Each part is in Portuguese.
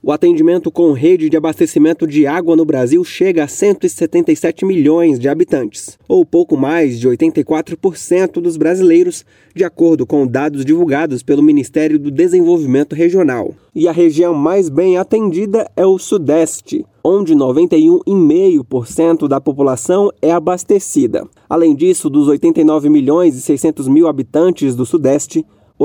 O atendimento com rede de abastecimento de água no Brasil chega a 177 milhões de habitantes, ou pouco mais de 84% dos brasileiros, de acordo com dados divulgados pelo Ministério do Desenvolvimento Regional. E a região mais bem atendida é o Sudeste, onde 91,5% da população é abastecida. Além disso, dos 89 milhões e 600 mil habitantes do Sudeste,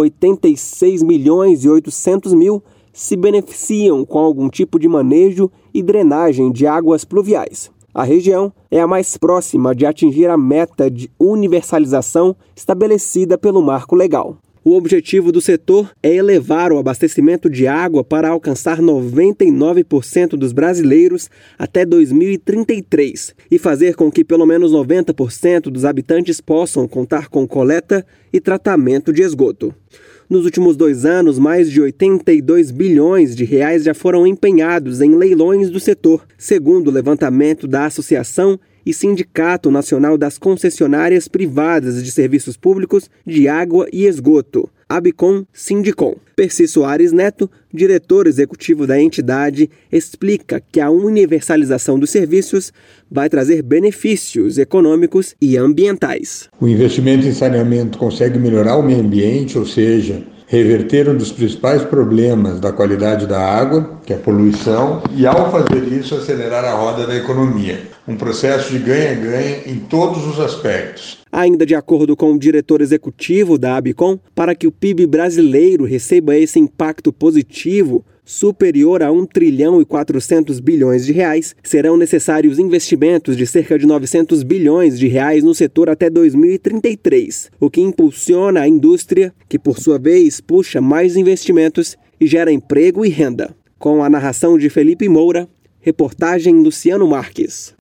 86 milhões e 800 mil se beneficiam com algum tipo de manejo e drenagem de águas pluviais. A região é a mais próxima de atingir a meta de universalização estabelecida pelo marco legal. O objetivo do setor é elevar o abastecimento de água para alcançar 99% dos brasileiros até 2033 e fazer com que pelo menos 90% dos habitantes possam contar com coleta e tratamento de esgoto. Nos últimos 2 anos, mais de 82 bilhões de reais já foram empenhados em leilões do setor, segundo o levantamento da Associação e Sindicato Nacional das Concessionárias Privadas de Serviços Públicos de Água e Esgoto, ABCOM-Sindicom. Percy Soares Neto, diretor executivo da entidade, explica que a universalização dos serviços vai trazer benefícios econômicos e ambientais. O investimento em saneamento consegue melhorar o meio ambiente, ou seja, reverter um dos principais problemas da qualidade da água, que é a poluição, e ao fazer isso acelerar a roda da economia. Um processo de ganha-ganha em todos os aspectos. Ainda de acordo com o diretor executivo da ABCOM, para que o PIB brasileiro receba esse impacto positivo superior a 1 trilhão e 400 bilhões de reais, serão necessários investimentos de cerca de 900 bilhões de reais no setor até 2033, o que impulsiona a indústria, que por sua vez puxa mais investimentos e gera emprego e renda. Com a narração de Felipe Moura, reportagem Luciano Marques.